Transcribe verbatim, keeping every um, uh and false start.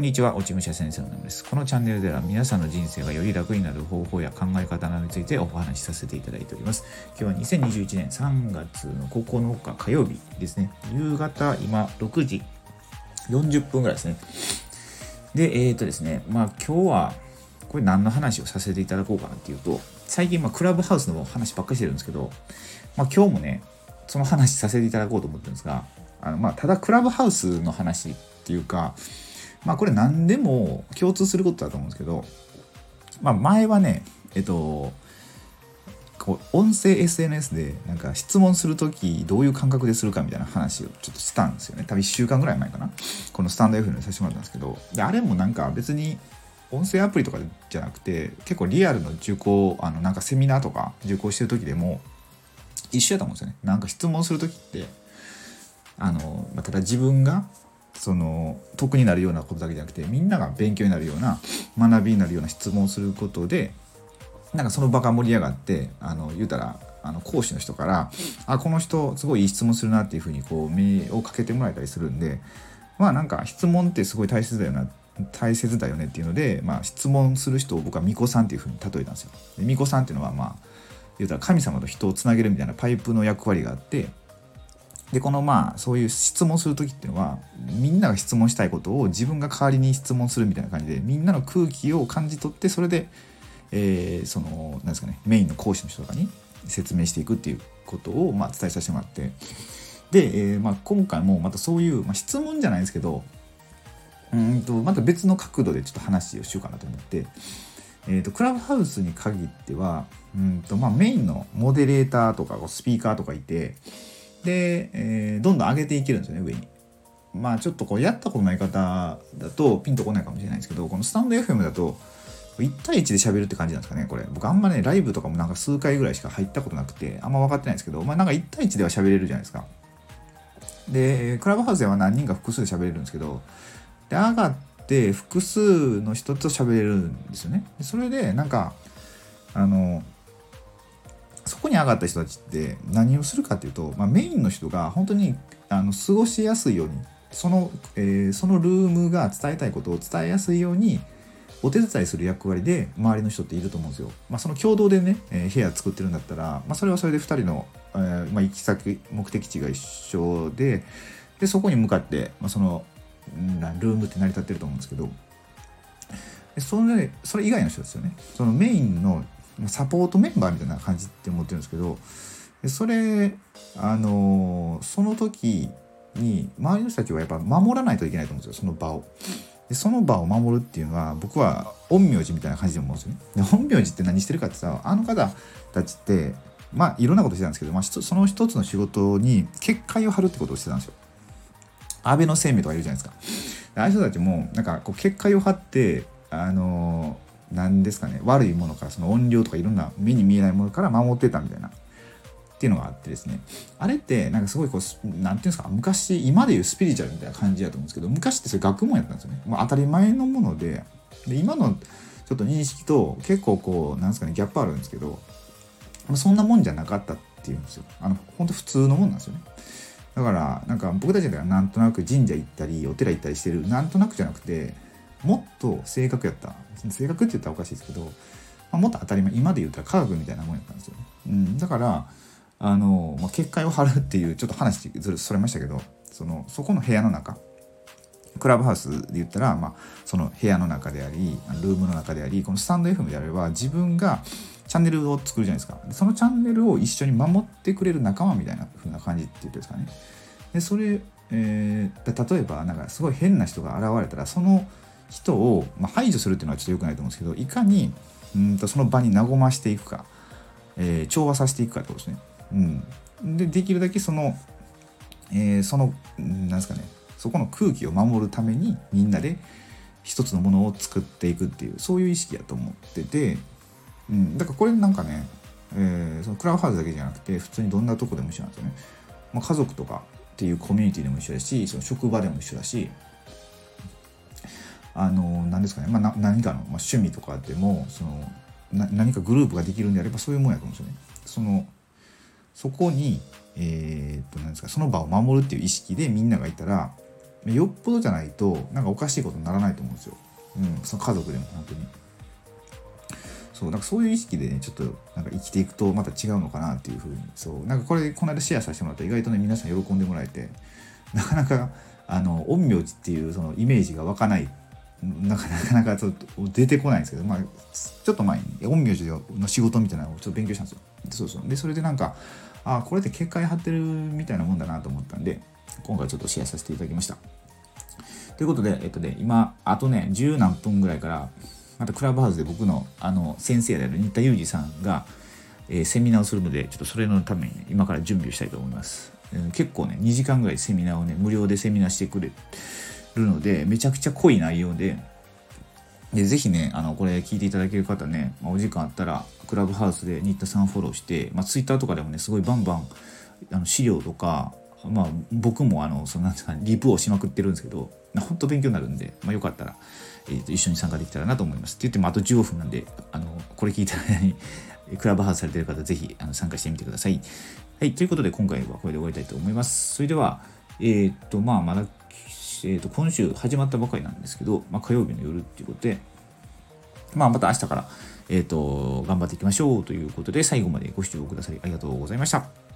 んにちは、落ち武者先生のナムです。このチャンネルでは皆さんの人生がより楽になる方法や考え方などについてお話しさせていただいております。今日はにせんにじゅういちねんさんがつのここのか火曜日ですね。夕方今ろくじよんじゅっぷんぐらいですね。で、えーとですね、まあ今日はこれ何の話をさせていただこうかなっていうと、最近まあクラブハウスの話ばっかりしてるんですけど、まあ今日もね、その話させていただこうと思ってるんですが、あのまあただクラブハウスの話っていうか、まあこれ何でも共通することだと思うんですけど、まあ前はね、えっと、こう音声 エスエヌエス でなんか質問するときどういう感覚でするかみたいな話をちょっとしたんですよね。多分いっしゅうかんぐらい前かな。このスタンド エフエム でさせてもらったんですけど、であれもなんか別に音声アプリとかじゃなくて、結構リアルの受講、あのなんかセミナーとか受講してるときでも一緒やと思うんですよね。なんか質問するときって、あの、まあ、ただ自分がその得になるようなことだけじゃなくて、みんなが勉強になるような学びになるような質問をすることで、なんかその場が盛り上がって、あの言うたらあの講師の人からあこの人すごいいい質問するなっていうふうにこう目をかけてもらえたりするんで、まあなんか質問ってすごい大切だよな大切だよねっていうので、まあ、質問する人を僕は巫女さんっていうふうに例えたんですよ。で巫女さんっていうのはまあ言うたら神様と人をつなげるみたいなパイプの役割があって、でこのまあそういう質問する時っていうのは、みんなが質問したいことを自分が代わりに質問するみたいな感じで、みんなの空気を感じ取って、それで、えー、そのなんですかね、メインの講師の人とかに説明していくっていうことをまあ伝えさせてもらって、で、えーまあ、今回もまたそういう、まあ、質問じゃないですけど、うんとまた別の角度でちょっと話をしようかなと思って、えー、とクラブハウスに限ってはうんと、まあ、メインのモデレーターとかスピーカーとかいて、で、えー、どんどん上げていけるんですよね、上に。まあちょっとこうやったことない方だとピンとこないかもしれないですけど、このスタンド エフエム だといち対いちで喋るって感じなんですかね。これ僕あんまねライブとかもなんか数回ぐらいしか入ったことなくてあんま分かってないんですけど、まあなんかいち対いちでは喋れるじゃないですか。でクラブハウスでは何人か複数で喋れるんですけど、で上がって複数の人と喋れるんですよね。でそれでなんかあのそこに上がった人たちって何をするかっていうと、まあ、メインの人が本当にあの過ごしやすいように、その、えー、そのルームが伝えたいことを伝えやすいようにお手伝いする役割で周りの人っていると思うんですよ。まあ、その共同でね、えー、部屋作ってるんだったら、まあ、それはそれでふたりの、えーまあ、行き先目的地が一緒で、でそこに向かって、まあ、そのルームって成り立ってると思うんですけど、でそれそれ以外の人ですよね。そのメインのサポートメンバーみたいな感じって思ってるんですけど、それあのその時に周りの人たちはやっぱ守らないといけないと思うんですよ、その場を。でその場を守るっていうのは僕は陰陽師みたいな感じで思うんですよね。で陰陽師って何してるかってさ、あの方たちってまあいろんなことしてたんですけど、まあ、その一つの仕事に結界を張るってことをしてたんですよ。安倍の生命とかいるじゃないですか。ああいう人たちもなんかこう結界を張ってあの何ですかね、悪いものから、その音量とかいろんな目に見えないものから守ってたみたいなっていうのがあってですね、あれってなんかすごいこうなんていうんですか、昔今でいうスピリチュアルみたいな感じだと思うんですけど、昔ってそれ学問やったんですよね。まあ、当たり前のもので、で今のちょっと認識と結構こうなんですかね、ギャップあるんですけど、そんなもんじゃなかったっていうんですよ。あの本当普通のもんなんですよね。だからなんか僕たちではなんとなく神社行ったりお寺行ったりしてるなんとなくじゃなくて、もっと正確やった、正確って言ったらおかしいですけど、まあ、もっと当たり前、今で言ったら科学みたいなもんやったんですよね。うん、だからあの、まあ、結界を張るっていうちょっと話ずるそれましたけど、そのそこの部屋の中、クラブハウスで言ったら、まあ、その部屋の中でありルームの中であり、このスタンド エフエム であれば自分がチャンネルを作るじゃないですか。そのチャンネルを一緒に守ってくれる仲間みたいな風な感じって言ってですかね。でそれ、えー、例えばなんかすごい変な人が現れたら、その人を、まあ、排除するっていうのはちょっと良くないと思うんですけど、いかにうんとその場に和ましていくか、えー、調和させていくかってことですね。うん、でできるだけその、えー、そのなんですかね、そこの空気を守るためにみんなで一つのものを作っていくっていう、そういう意識やと思ってて、うん、だからこれなんかね、えー、そのクラブハウスだけじゃなくて普通にどんなとこでも一緒なんですよね。まあ、家族とかっていうコミュニティでも一緒だし、その職場でも一緒だし、あの何ですかね、まあ、何かの、まあ、趣味とかでもそのな何かグループができるんであればそういうもんやと思うんですよね。そのそこに、えー、っと何ですか、その場を守るっていう意識でみんながいたら、 よっぽどじゃないとなんかおかしいことにならないと思うんですよ。うん、その家族でも本当に。そうなんかそういう意識でねちょっとなんか生きていくとまた違うのかなっていうふうに、そうなんかこれこの間シェアさせてもらったら意外とね皆さん喜んでもらえて、なかなかあの陰陽師っていうそのイメージが湧かない、なかなかちょっと出てこないんですけど、まあちょっと前に陰陽師の仕事みたいなのをちょっと勉強したんですよ。そうそうでそれでなんかあこれって結界張ってるみたいなもんだなと思ったんで、今回ちょっとシェアさせていただきました。ということで、えっとね、今あとねじゅう何分ぐらいからまたクラブハウスで僕のあの先生である新田裕二さんが、えー、セミナーをするので、ちょっとそれのために、ね、今から準備をしたいと思います。えー、結構ねにじかんぐらいセミナーをね無料でセミナーしてくれるので、めちゃくちゃ濃い内容で、でぜひねあのこれ聞いていただける方ね、まあ、お時間あったらクラブハウスで新田さんフォローして、まあ、ツイッターとかでもねすごいバンバンあの資料とか、まあ、僕もあのそのなんですか、ね、リプをしまくってるんですけど、本当勉強になるんで、まあ、よかったら、えー、と一緒に参加できたらなと思います。って言ってもあとじゅうごふんなんで、あのこれ聞いた間にクラブハウスされてる方ぜひあの参加してみてください。はい、ということで今回はこれで終わりたいと思います。それではえっ、とまあまだ、えー、と今週始まったばかりなんですけど、まあ、火曜日の夜っていうことで、まあ、また明日から、えー、と頑張っていきましょうということで、最後までご視聴くださりありがとうございました。